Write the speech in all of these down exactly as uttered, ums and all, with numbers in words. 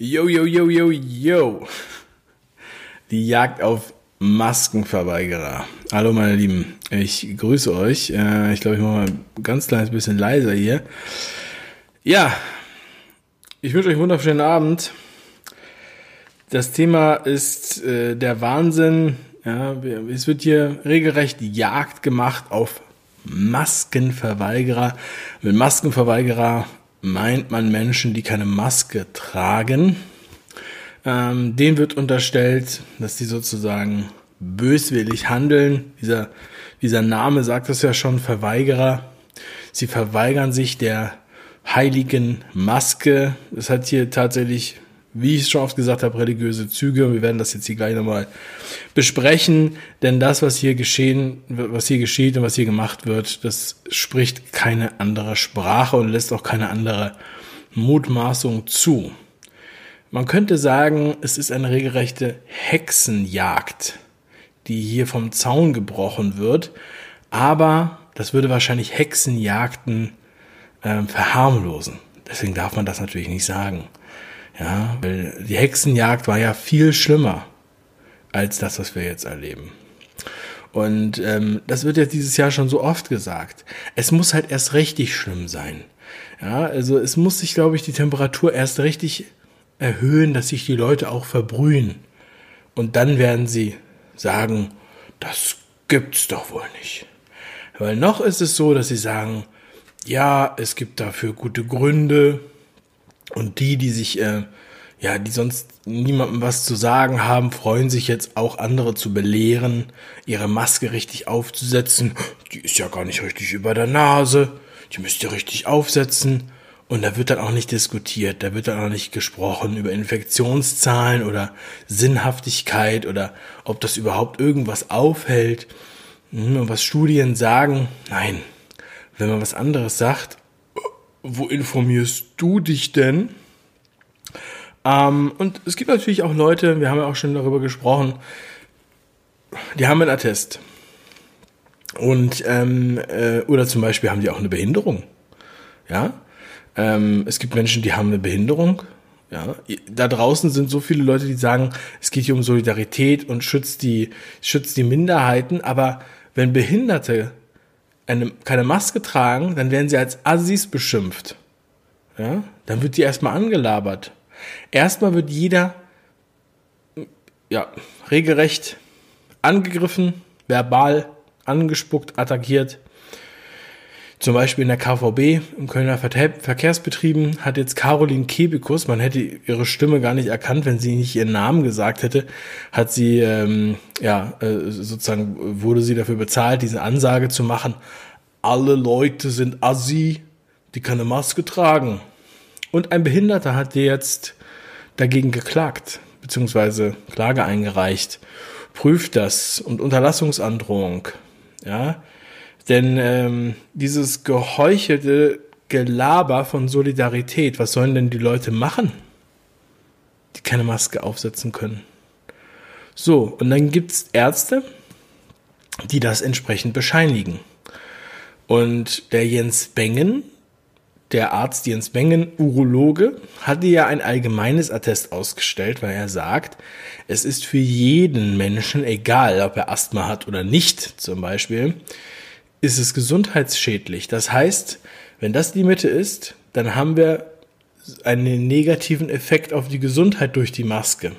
Yo, yo, yo, yo, yo. Die Jagd auf Maskenverweigerer. Hallo meine Lieben, ich grüße euch. Ich glaube, ich mache mal ein ganz kleines bisschen leiser hier. Ja, ich wünsche euch einen wunderschönen Abend. Das Thema ist äh, der Wahnsinn. Ja, es wird hier regelrecht Jagd gemacht auf Maskenverweigerer. Mit Maskenverweigerer meint man Menschen, die keine Maske tragen. Ähm, denen wird unterstellt, dass die sozusagen böswillig handeln. Dieser, dieser Name sagt es ja schon, Verweigerer. Sie verweigern sich der heiligen Maske. Es hat hier tatsächlich, wie ich es schon oft gesagt habe, religiöse Züge. Wir werden das jetzt hier gleich nochmal besprechen, denn das, was hier geschehen, was hier geschieht und was hier gemacht wird, das spricht keine andere Sprache und lässt auch keine andere Mutmaßung zu. Man könnte sagen, es ist eine regelrechte Hexenjagd, die hier vom Zaun gebrochen wird, aber das würde wahrscheinlich Hexenjagden äh, verharmlosen. Deswegen darf man das natürlich nicht sagen. Ja, weil die Hexenjagd war ja viel schlimmer als das, was wir jetzt erleben. Und ähm, das wird jetzt dieses Jahr schon so oft gesagt. Es muss halt erst richtig schlimm sein. Ja, also es muss sich, glaube ich, die Temperatur erst richtig erhöhen, dass sich die Leute auch verbrühen. Und dann werden sie sagen, das gibt's doch wohl nicht. Weil noch ist es so, dass sie sagen, ja, es gibt dafür gute Gründe. Und die, die sich, äh, ja, die sonst niemandem was zu sagen haben, freuen sich jetzt auch andere zu belehren, ihre Maske richtig aufzusetzen. Die ist ja gar nicht richtig über der Nase, die müsst ihr richtig aufsetzen. Und da wird dann auch nicht diskutiert, da wird dann auch nicht gesprochen über Infektionszahlen oder Sinnhaftigkeit oder ob das überhaupt irgendwas aufhält. Und was Studien sagen, nein, wenn man was anderes sagt, wo informierst du dich denn? Ähm, und es gibt natürlich auch Leute, wir haben ja auch schon darüber gesprochen, die haben einen Attest. Und, ähm, äh, oder zum Beispiel haben die auch eine Behinderung. Ja, ähm, es gibt Menschen, die haben eine Behinderung. Ja, da draußen sind so viele Leute, die sagen, es geht hier um Solidarität und schützt die, schützt die Minderheiten. Aber wenn Behinderte eine, keine Maske tragen, dann werden sie als Assis beschimpft. Ja, dann wird die erstmal angelabert. Erstmal wird jeder, ja, regelrecht angegriffen, verbal angespuckt, attackiert. Zum Beispiel in der K V B, im Kölner Verkehrsbetrieben, hat jetzt Caroline Kebekus, man hätte ihre Stimme gar nicht erkannt, wenn sie nicht ihren Namen gesagt hätte, hat sie, ähm, ja, äh, sozusagen wurde sie dafür bezahlt, diese Ansage zu machen, alle Leute sind Assi, die keine Maske tragen. Und ein Behinderter hat jetzt dagegen geklagt, beziehungsweise Klage eingereicht, prüft das und Unterlassungsandrohung, ja, denn ähm, dieses geheuchelte Gelaber von Solidarität, was sollen denn die Leute machen, die keine Maske aufsetzen können? So, und dann gibt's Ärzte, die das entsprechend bescheinigen. Und der Jens Bengen, der Arzt Jens Bengen, Urologe, hatte ja ein allgemeines Attest ausgestellt, weil er sagt, es ist für jeden Menschen, egal ob er Asthma hat oder nicht zum Beispiel, ist es gesundheitsschädlich. Das heißt, wenn das die Mitte ist, dann haben wir einen negativen Effekt auf die Gesundheit durch die Maske.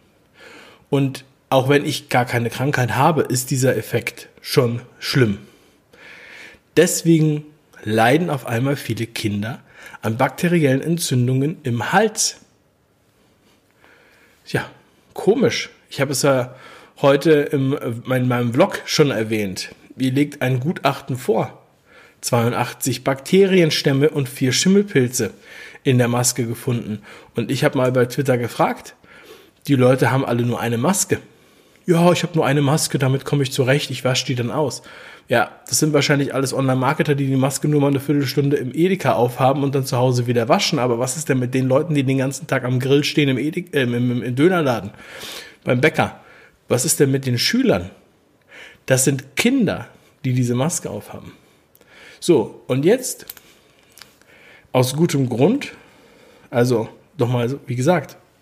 Und auch wenn ich gar keine Krankheit habe, ist dieser Effekt schon schlimm. Deswegen leiden auf einmal viele Kinder an bakteriellen Entzündungen im Hals. Ja, komisch. Ich habe es ja heute im, in meinem Vlog schon erwähnt. Mir liegt ein Gutachten vor. zweiundachtzig Bakterienstämme und vier Schimmelpilze in der Maske gefunden. Und ich habe mal bei Twitter gefragt, die Leute haben alle nur eine Maske. Ja, ich habe nur eine Maske, damit komme ich zurecht, ich wasche die dann aus. Ja, das sind wahrscheinlich alles Online-Marketer, die die Maske nur mal eine Viertelstunde im Edeka aufhaben und dann zu Hause wieder waschen. Aber was ist denn mit den Leuten, die den ganzen Tag am Grill stehen im, Edek, äh, im, im, im Dönerladen, beim Bäcker? Was ist denn mit den Schülern? Das sind Kinder, die diese Maske aufhaben. So, und jetzt, aus gutem Grund, also nochmal, wie gesagt,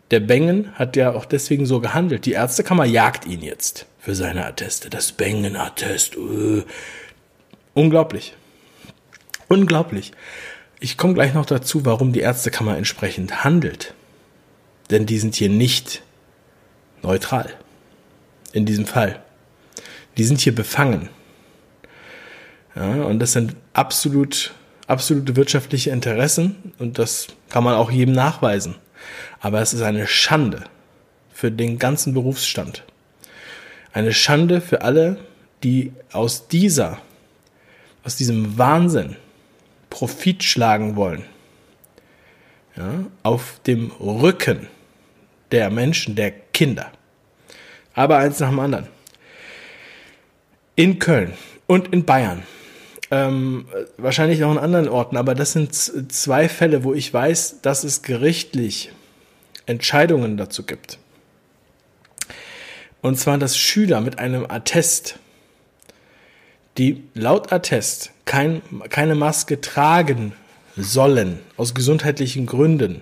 Der Bengen hat ja auch deswegen so gehandelt. Die Ärztekammer jagt ihn jetzt für seine Atteste. Das Bengen-Attest. Uh. Unglaublich. Unglaublich. Ich komme gleich noch dazu, warum die Ärztekammer entsprechend handelt. Denn die sind hier nicht neutral. In diesem Fall. Die sind hier befangen. Ja, und das sind absolut, absolute wirtschaftliche Interessen. Und das kann man auch jedem nachweisen. Aber es ist eine Schande für den ganzen Berufsstand. Eine Schande für alle, die aus dieser, aus diesem Wahnsinn Profit schlagen wollen. Ja, auf dem Rücken der Menschen, der Kinder. Aber eins nach dem anderen. In Köln und in Bayern, ähm, wahrscheinlich noch in anderen Orten, aber das sind z- zwei Fälle, wo ich weiß, dass es gerichtlich Entscheidungen dazu gibt. Und zwar, dass Schüler mit einem Attest, die laut Attest kein, keine Maske tragen sollen, aus gesundheitlichen Gründen,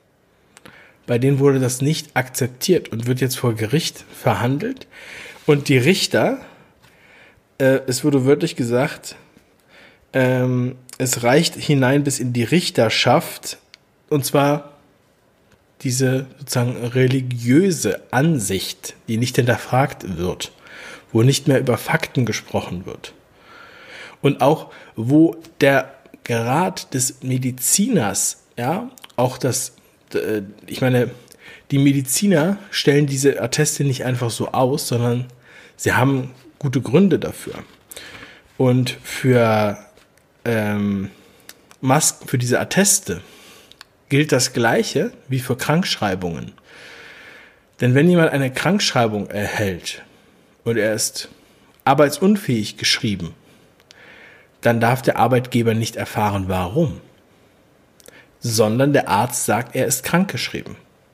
bei denen wurde das nicht akzeptiert und wird jetzt vor Gericht verhandelt. Und die Richter, äh, es wurde wörtlich gesagt, ähm, es reicht hinein bis in die Richterschaft, und zwar diese sozusagen religiöse Ansicht, die nicht hinterfragt wird, wo nicht mehr über Fakten gesprochen wird. Und auch, wo der Grad des Mediziners, ja, auch das, äh, ich meine, die Mediziner stellen diese Atteste nicht einfach so aus, sondern sie haben gute Gründe dafür. Und für ähm, Masken, für diese Atteste gilt das Gleiche wie für Krankschreibungen. Denn wenn jemand eine Krankschreibung erhält und er ist arbeitsunfähig geschrieben, dann darf der Arbeitgeber nicht erfahren, warum, sondern der Arzt sagt, er ist krankgeschrieben.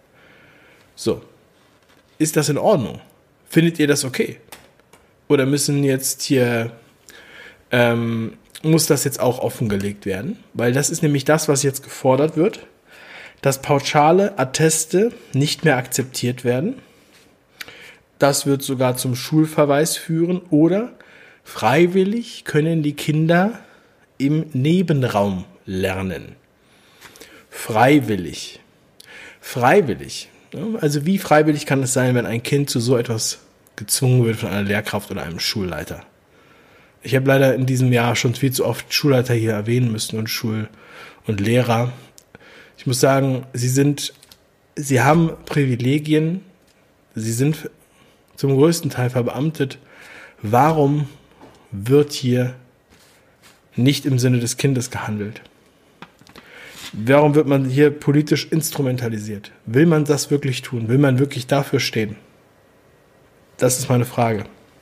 So, ist das in Ordnung? Findet ihr das okay? Oder müssen jetzt hier, ähm, muss das jetzt auch offengelegt werden? Weil das ist nämlich das, was jetzt gefordert wird, dass pauschale Atteste nicht mehr akzeptiert werden. Das wird sogar zum Schulverweis führen oder freiwillig können die Kinder im Nebenraum lernen. Freiwillig. Freiwillig. Also wie freiwillig kann es sein, wenn ein Kind zu so etwas gezwungen wird von einer Lehrkraft oder einem Schulleiter? Ich habe leider in diesem Jahr schon viel zu oft Schulleiter hier erwähnen müssen und Schul- und Lehrer. Ich muss sagen, sie sind, sie haben Privilegien, sie sind zum größten Teil verbeamtet. Warum wird hier nicht im Sinne des Kindes gehandelt? Warum wird man hier politisch instrumentalisiert? Will man das wirklich tun? Will man wirklich dafür stehen? Das ist meine Frage.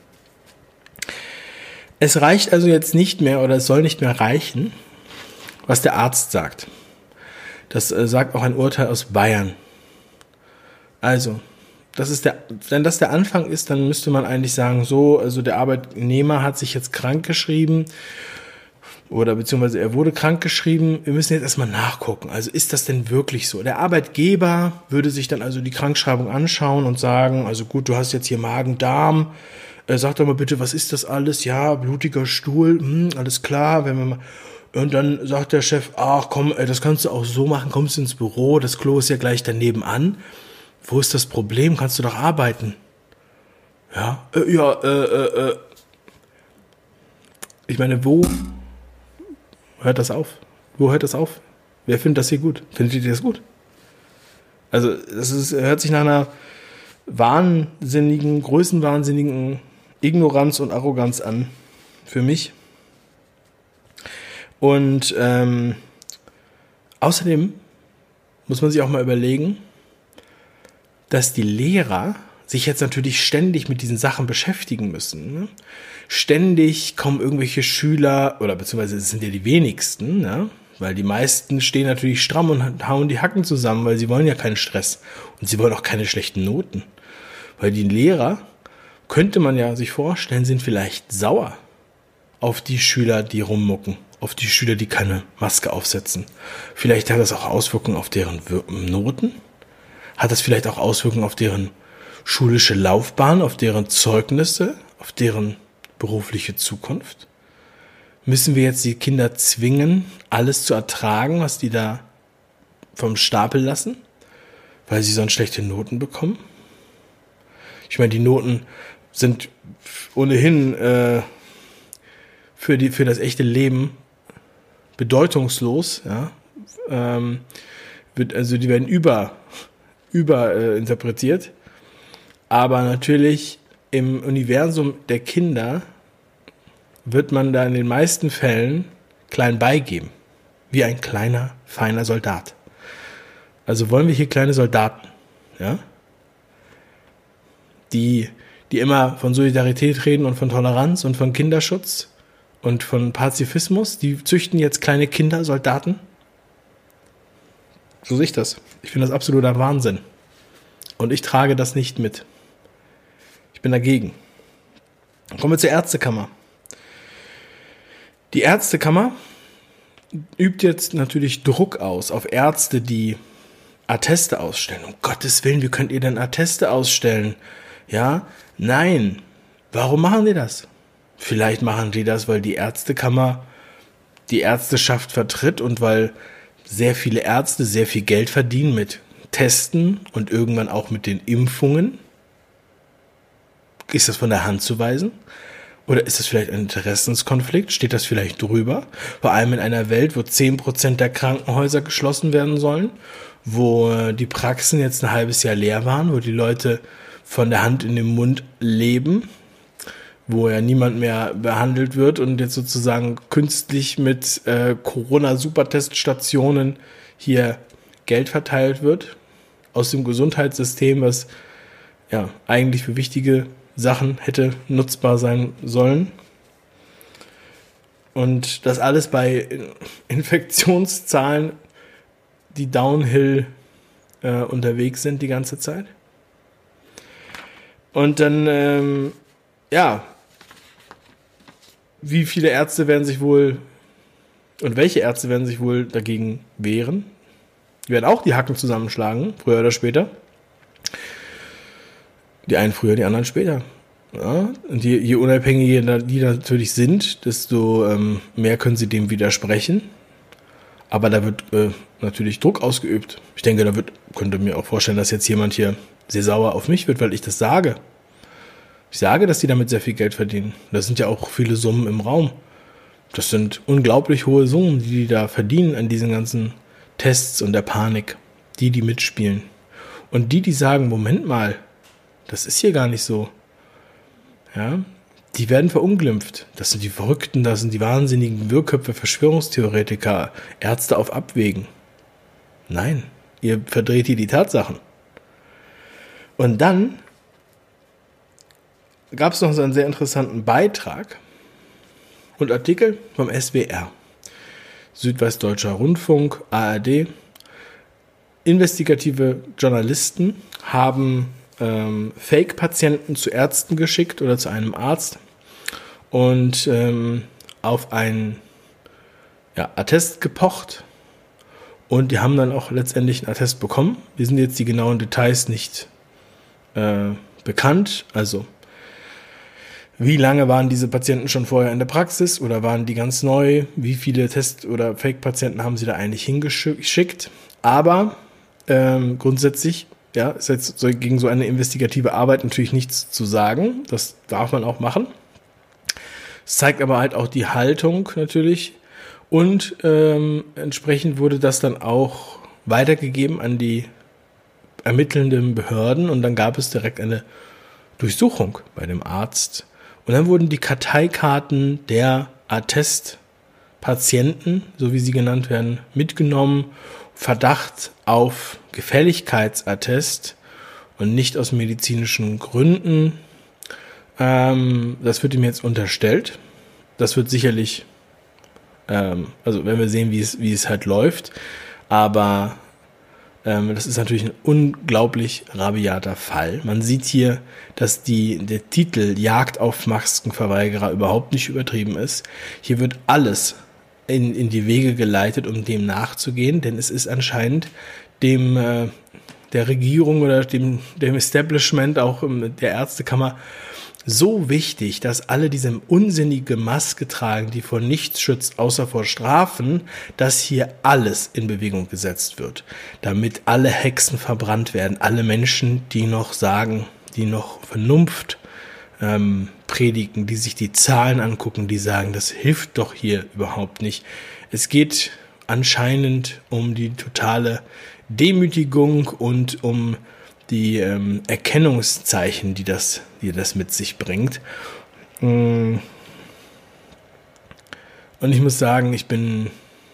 Es reicht also jetzt nicht mehr oder es soll nicht mehr reichen, was der Arzt sagt. Das äh, sagt auch ein Urteil aus Bayern. Also, das ist der, wenn das der Anfang ist, dann müsste man eigentlich sagen, so, also der Arbeitnehmer hat sich jetzt krank geschrieben oder beziehungsweise er wurde krank geschrieben. Wir müssen jetzt erstmal nachgucken. Also ist das denn wirklich so? Der Arbeitgeber würde sich dann also die Krankschreibung anschauen und sagen, also gut, du hast jetzt hier Magen-Darm, äh, sag doch mal bitte, was ist das alles? Ja, blutiger Stuhl, hm, alles klar, wenn wir mal... Und dann sagt der Chef, ach komm, ey, das kannst du auch so machen, kommst ins Büro, das Klo ist ja gleich daneben an. Wo ist das Problem? Kannst du doch arbeiten. Ja, äh, ja, äh, äh, äh. Ich meine, wo hört das auf? Wo hört das auf? Wer findet das hier gut? Findet ihr das gut? Also, das ist, hört sich nach einer wahnsinnigen, größenwahnsinnigen Ignoranz und Arroganz an. Für mich. Und ähm, außerdem muss man sich auch mal überlegen, dass die Lehrer sich jetzt natürlich ständig mit diesen Sachen beschäftigen müssen. Ne? Ständig kommen irgendwelche Schüler, oder beziehungsweise es sind ja die wenigsten, ne? Weil die meisten stehen natürlich stramm und hauen die Hacken zusammen, weil sie wollen ja keinen Stress. Und sie wollen auch keine schlechten Noten. Weil die Lehrer, könnte man ja sich vorstellen, sind vielleicht sauer auf die Schüler, die rummucken. Auf die Schüler, die keine Maske aufsetzen. Vielleicht hat das auch Auswirkungen auf deren Noten. Hat das vielleicht auch Auswirkungen auf deren schulische Laufbahn, auf deren Zeugnisse, auf deren berufliche Zukunft? Müssen wir jetzt die Kinder zwingen, alles zu ertragen, was die da vom Stapel lassen, weil sie sonst schlechte Noten bekommen? Ich meine, die Noten sind ohnehin äh, für die für das echte Leben bedeutungslos, ja. Ähm, wird, also die werden über über äh, interpretiert, aber natürlich im Universum der Kinder wird man da in den meisten Fällen klein beigeben, wie ein kleiner, feiner Soldat. Also wollen wir hier kleine Soldaten, ja, die, die immer von Solidarität reden und von Toleranz und von Kinderschutz und von Pazifismus, die züchten jetzt kleine Kindersoldaten? So sehe ich das. Ich finde das absoluter Wahnsinn. Und ich trage das nicht mit. Ich bin dagegen. Kommen wir zur Ärztekammer. Die Ärztekammer übt jetzt natürlich Druck aus auf Ärzte, die Atteste ausstellen. Um Gottes Willen, wie könnt ihr denn Atteste ausstellen? Ja, nein. Warum machen die das? Vielleicht machen die das, weil die Ärztekammer die Ärzteschaft vertritt und weil sehr viele Ärzte sehr viel Geld verdienen mit Testen und irgendwann auch mit den Impfungen. Ist das von der Hand zu weisen? Oder ist das vielleicht ein Interessenskonflikt? Steht das vielleicht drüber? Vor allem in einer Welt, wo zehn Prozent der Krankenhäuser geschlossen werden sollen, wo die Praxen jetzt ein halbes Jahr leer waren, wo die Leute von der Hand in den Mund leben, wo ja niemand mehr behandelt wird und jetzt sozusagen künstlich mit äh, Corona-Superteststationen hier Geld verteilt wird aus dem Gesundheitssystem, was ja eigentlich für wichtige Sachen hätte nutzbar sein sollen. Und das alles bei Infektionszahlen, die downhill äh, unterwegs sind die ganze Zeit. Und dann, ähm, ja, wie viele Ärzte werden sich wohl und welche Ärzte werden sich wohl dagegen wehren? Die werden auch die Hacken zusammenschlagen, früher oder später. Die einen früher, die anderen später. Ja, und je, je unabhängiger die natürlich sind, desto ähm, mehr können sie dem widersprechen. Aber da wird äh, natürlich Druck ausgeübt. Ich denke, da wird, könnte mir auch vorstellen, dass jetzt jemand hier sehr sauer auf mich wird, weil ich das sage. Ich sage, dass die damit sehr viel Geld verdienen. Das sind ja auch viele Summen im Raum. Das sind unglaublich hohe Summen, die die da verdienen an diesen ganzen Tests und der Panik. Die, die mitspielen. Und die, die sagen, Moment mal, das ist hier gar nicht so. Ja, die werden verunglimpft. Das sind die Verrückten, das sind die wahnsinnigen Wirrköpfe, Verschwörungstheoretiker, Ärzte auf Abwägen. Nein, ihr verdreht hier die Tatsachen. Und dann gab es noch so einen sehr interessanten Beitrag und Artikel vom S W R, Südwestdeutscher Rundfunk, A R D. Investigative Journalisten haben ähm, Fake-Patienten zu Ärzten geschickt oder zu einem Arzt und ähm, auf einen ja, Attest gepocht. Und die haben dann auch letztendlich einen Attest bekommen. Wir sind jetzt die genauen Details nicht äh, bekannt. Also, wie lange waren diese Patienten schon vorher in der Praxis oder waren die ganz neu? Wie viele Test- oder Fake-Patienten haben sie da eigentlich hingeschickt? Aber ähm, grundsätzlich ja, ist jetzt so, gegen so eine investigative Arbeit natürlich nichts zu sagen. Das darf man auch machen. Es zeigt aber halt auch die Haltung natürlich. Und ähm, entsprechend wurde das dann auch weitergegeben an die ermittelnden Behörden und dann gab es direkt eine Durchsuchung bei dem Arzt. Und dann wurden die Karteikarten der Attestpatienten, so wie sie genannt werden, mitgenommen. Verdacht auf Gefälligkeitsattest und nicht aus medizinischen Gründen. Ähm, das wird ihm jetzt unterstellt. Das wird sicherlich Ähm, also wenn wir sehen, wie es, wie es halt läuft. Aber ähm, das ist natürlich ein unglaublich rabiater Fall. Man sieht hier, dass die, der Titel Jagd auf Maskenverweigerer überhaupt nicht übertrieben ist. Hier wird alles in, in die Wege geleitet, um dem nachzugehen, denn es ist anscheinend dem, äh, der Regierung oder dem, dem Establishment, auch der Ärztekammer, so wichtig, dass alle diese unsinnige Maske tragen, die vor nichts schützt, außer vor Strafen, dass hier alles in Bewegung gesetzt wird, damit alle Hexen verbrannt werden, alle Menschen, die noch sagen, die noch Vernunft ähm, predigen, die sich die Zahlen angucken, die sagen, das hilft doch hier überhaupt nicht. Es geht anscheinend um die totale Demütigung und um die ähm, Erkennungszeichen, die das, die das mit sich bringt. Und ich muss sagen, ich bin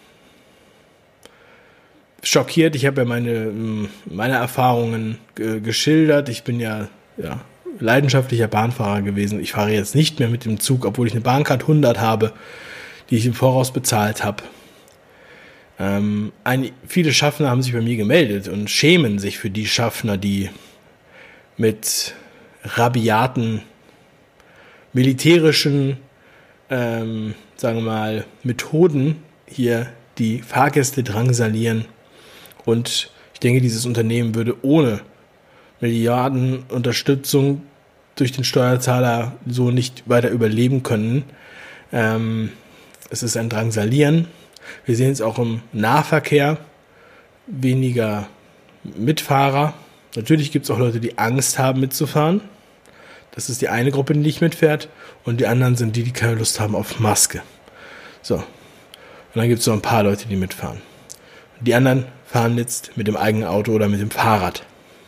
schockiert. Ich habe ja meine, meine Erfahrungen g- geschildert. Ich bin ja, ja leidenschaftlicher Bahnfahrer gewesen. Ich fahre jetzt nicht mehr mit dem Zug, obwohl ich eine Bahncard hundert habe, die ich im Voraus bezahlt habe. Ähm, ein, viele Schaffner haben sich bei mir gemeldet und schämen sich für die Schaffner, die mit rabiaten, militärischen, ähm, sagen wir mal, Methoden hier die Fahrgäste drangsalieren. Und ich denke, dieses Unternehmen würde ohne Milliarden Unterstützung durch den Steuerzahler so nicht weiter überleben können. Ähm, es ist ein Drangsalieren. Wir sehen es auch im Nahverkehr, weniger Mitfahrer. Natürlich gibt es auch Leute, die Angst haben mitzufahren. Das ist die eine Gruppe, die nicht mitfährt. Und die anderen sind die, die keine Lust haben auf Maske. So. Und dann gibt es noch ein paar Leute, die mitfahren. Die anderen fahren jetzt mit dem eigenen Auto oder mit dem Fahrrad.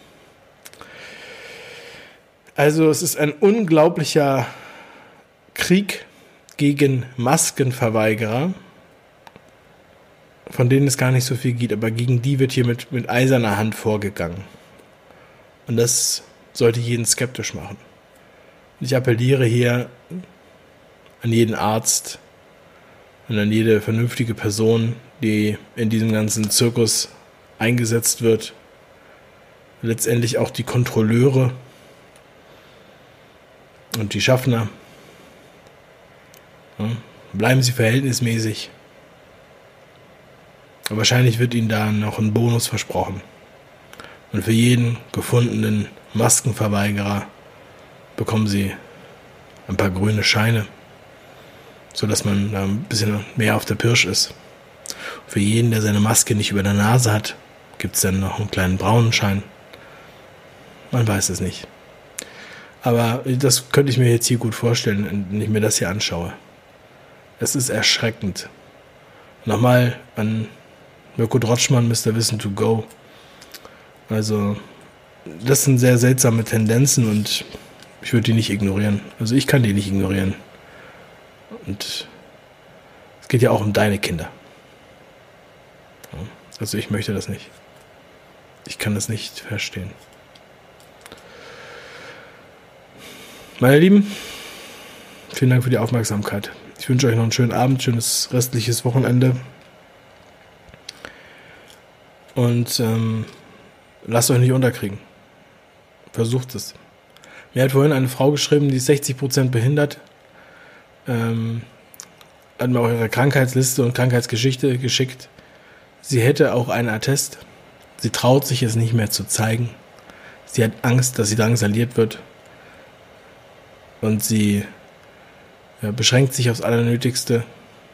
Also es ist ein unglaublicher Krieg gegen Maskenverweigerer, von denen es gar nicht so viel geht, aber gegen die wird hier mit, mit eiserner Hand vorgegangen. Und das sollte jeden skeptisch machen. Und ich appelliere hier an jeden Arzt und an jede vernünftige Person, die in diesem ganzen Zirkus eingesetzt wird. Letztendlich auch die Kontrolleure und die Schaffner. Ja, bleiben Sie verhältnismäßig. Aber wahrscheinlich wird Ihnen da noch ein Bonus versprochen. Und für jeden gefundenen Maskenverweigerer bekommen Sie ein paar grüne Scheine, sodass man da ein bisschen mehr auf der Pirsch ist. Für jeden, der seine Maske nicht über der Nase hat, gibt es dann noch einen kleinen braunen Schein. Man weiß es nicht. Aber das könnte ich mir jetzt hier gut vorstellen, wenn ich mir das hier anschaue. Es ist erschreckend. Nochmal an Mirko Drotschmann, Mister Wissen to go. Also, das sind sehr seltsame Tendenzen und ich würde die nicht ignorieren. Also ich kann die nicht ignorieren. Und es geht ja auch um deine Kinder. Also ich möchte das nicht. Ich kann das nicht verstehen. Meine Lieben, vielen Dank für die Aufmerksamkeit. Ich wünsche euch noch einen schönen Abend, schönes restliches Wochenende. Und ähm, lasst euch nicht unterkriegen. Versucht es. Mir hat vorhin eine Frau geschrieben, die ist sechzig Prozent behindert. Ähm, hat mir auch ihre Krankheitsliste und Krankheitsgeschichte geschickt. Sie hätte auch einen Attest. Sie traut sich es nicht mehr zu zeigen. Sie hat Angst, dass sie drangsaliert wird. Und sie ja, beschränkt sich aufs Allernötigste.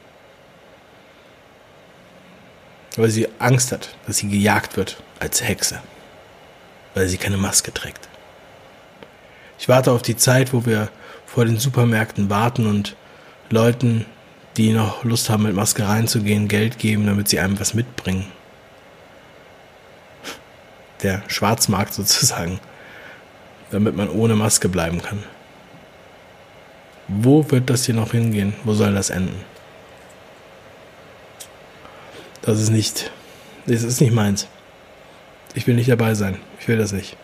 Weil sie Angst hat, dass sie gejagt wird als Hexe. Weil sie keine Maske trägt. Ich warte auf die Zeit, wo wir vor den Supermärkten warten und Leuten, die noch Lust haben, mit Maske reinzugehen, Geld geben, damit sie einem was mitbringen. Der Schwarzmarkt sozusagen. Damit man ohne Maske bleiben kann. Wo wird das hier noch hingehen? Wo soll das enden? Das ist nicht, das ist nicht meins. Ich will nicht dabei sein. Ich will das nicht.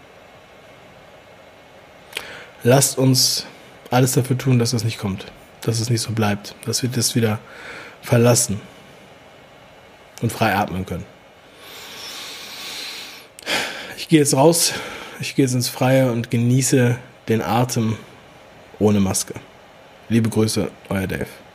Lasst uns alles dafür tun, dass das nicht kommt. Dass es nicht so bleibt. Dass wir das wieder verlassen. Und frei atmen können. Ich gehe jetzt raus. Ich gehe jetzt ins Freie und genieße den Atem ohne Maske. Liebe Grüße, euer Dave.